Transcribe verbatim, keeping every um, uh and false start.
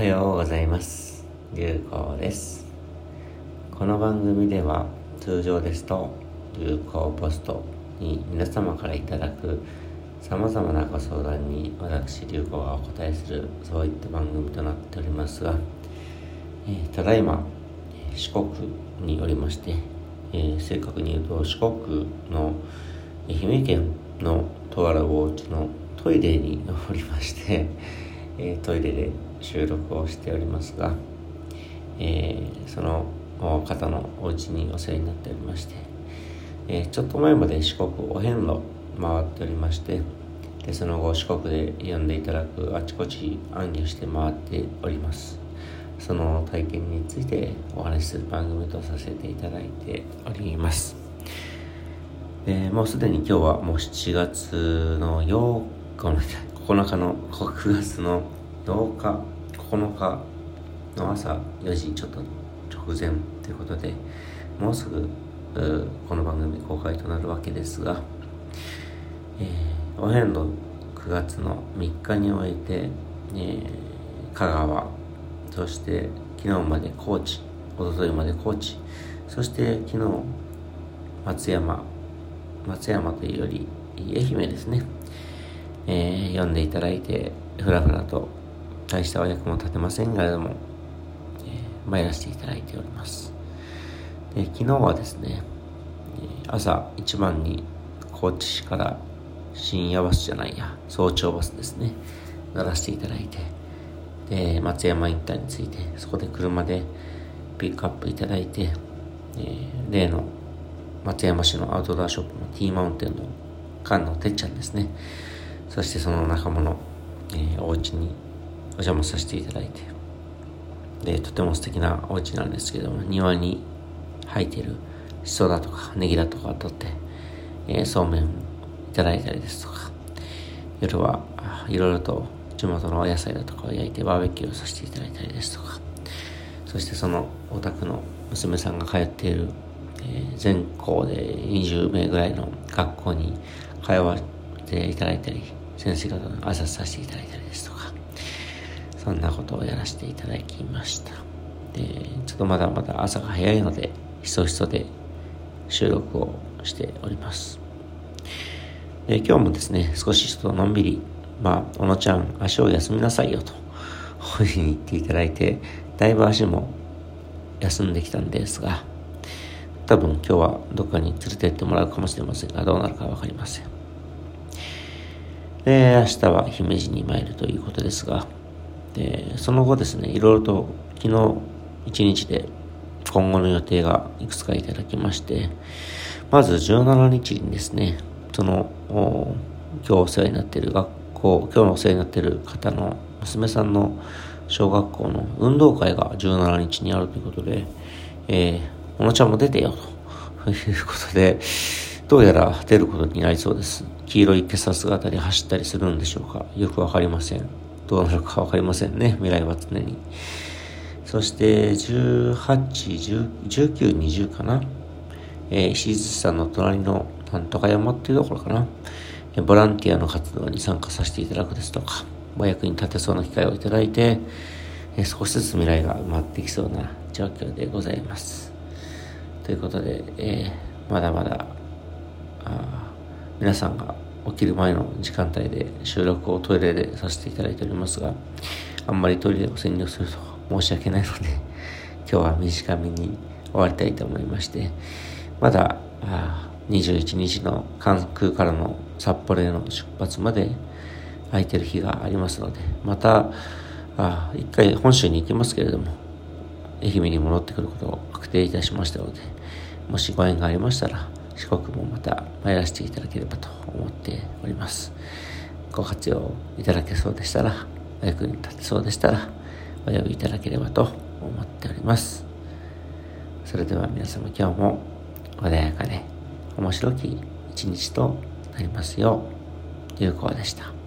はようございます。流行です。この番組では通常ですと流行ポストに皆様からいただくさまざまなご相談に私流行がお答えする、そういった番組となっておりますが、えー、ただいま四国におりまして、えー、正確に言うと四国の愛媛県のとあるお家のトイレにおりまして、えー、トイレで収録をしておりますが、えー、その方のお家にお世話になっておりまして、えー、ちょっと前まで四国お遍路回っておりまして、でその後四国で読んでいただくあちこち暗記して回っております。その体験についてお話しする番組とさせていただいております。でもうすでに今日はもうしちがつのようか、ここのかのくがつのようかここのかの朝よじちょっと直前ということで、もうすぐこの番組公開となるわけですが、えー、お遍路くがつのみっかにおいて、えー、香川、そして昨日まで高知、おとといまで高知、そして昨日松山松山というより愛媛ですね、えー、読んでいただいて、ふらふらと大したお役も立てませんがれども、えー、参らせていただいております。で昨日はですね、朝一番に高知市から深夜バスじゃないや早朝バスですね乗らせていただいて、で松山インターに着いて、そこで車でピックアップいただいて、えー、例の松山市のアウトドアショップの T マウンテンの菅野てっちゃんですね、そしてその仲間の、えー、お家にお邪魔させていただいて、でとても素敵なお家なんですけども、庭に生えているシソだとかネギだとか取って、えー、そうめんいただいたりですとか、夜はいろいろと地元のお野菜だとかを焼いてバーベキューをさせていただいたりですとか、そしてそのお宅の娘さんが通っている、えー、全校でにじゅうめいぐらいの学校に通わせていただいたり、先生方の挨拶させていただいたりですとか、そんなことをやらせていただきました。でちょっとまだまだ朝が早いのでひそひそで収録をしております。で今日もですね、少しちょっとのんびり、まあ小野ちゃん足を休みなさいよというふうに言っていただいて、だいぶ足も休んできたんですが、多分今日はどっかに連れて行ってもらうかもしれませんが、どうなるかわかりません。で明日は姫路に参るということですが、でその後ですね、いろいろと昨日一日で今後の予定がいくつかいただきまして、まずじゅうしちにちにですね、その今日お世話になっている学校、今日のお世話になっている方の娘さんの小学校の運動会がじゅうしちにちにあるということで、えー、小野ちゃんも出てよということで、どうやら出ることになりそうです。黄色い今朝姿で走ったりするんでしょうか、よくわかりません。どうなるかわかりませんね、未来は常に。そしてじゅうはち、じゅうきゅう、にじゅうかな、えー、石津さんの隣のなんとか山っていうところかな、えー、ボランティアの活動に参加させていただくですとか、お役に立てそうな機会をいただいて、えー、少しずつ未来が埋まってきそうな状況でございます。ということで、えー、まだまだあ皆さんが起きる前の時間帯で収録をトイレでさせていただいておりますが、あんまりトイレを占領すると申し訳ないので、今日は短めに終わりたいと思いまして、まだにじゅういちにちの関空からの札幌への出発まで空いてる日がありますので、またあ一回本州に行きますけれども、愛媛に戻ってくることを確定いたしましたので、もしご縁がありましたら四国もまた参らせていただければと思っております。ご活用いただけそうでしたら、お役に立てそうでしたらお呼びいただければと思っております。それでは皆様、今日も穏やかで面白き一日となりますよう。流行でした。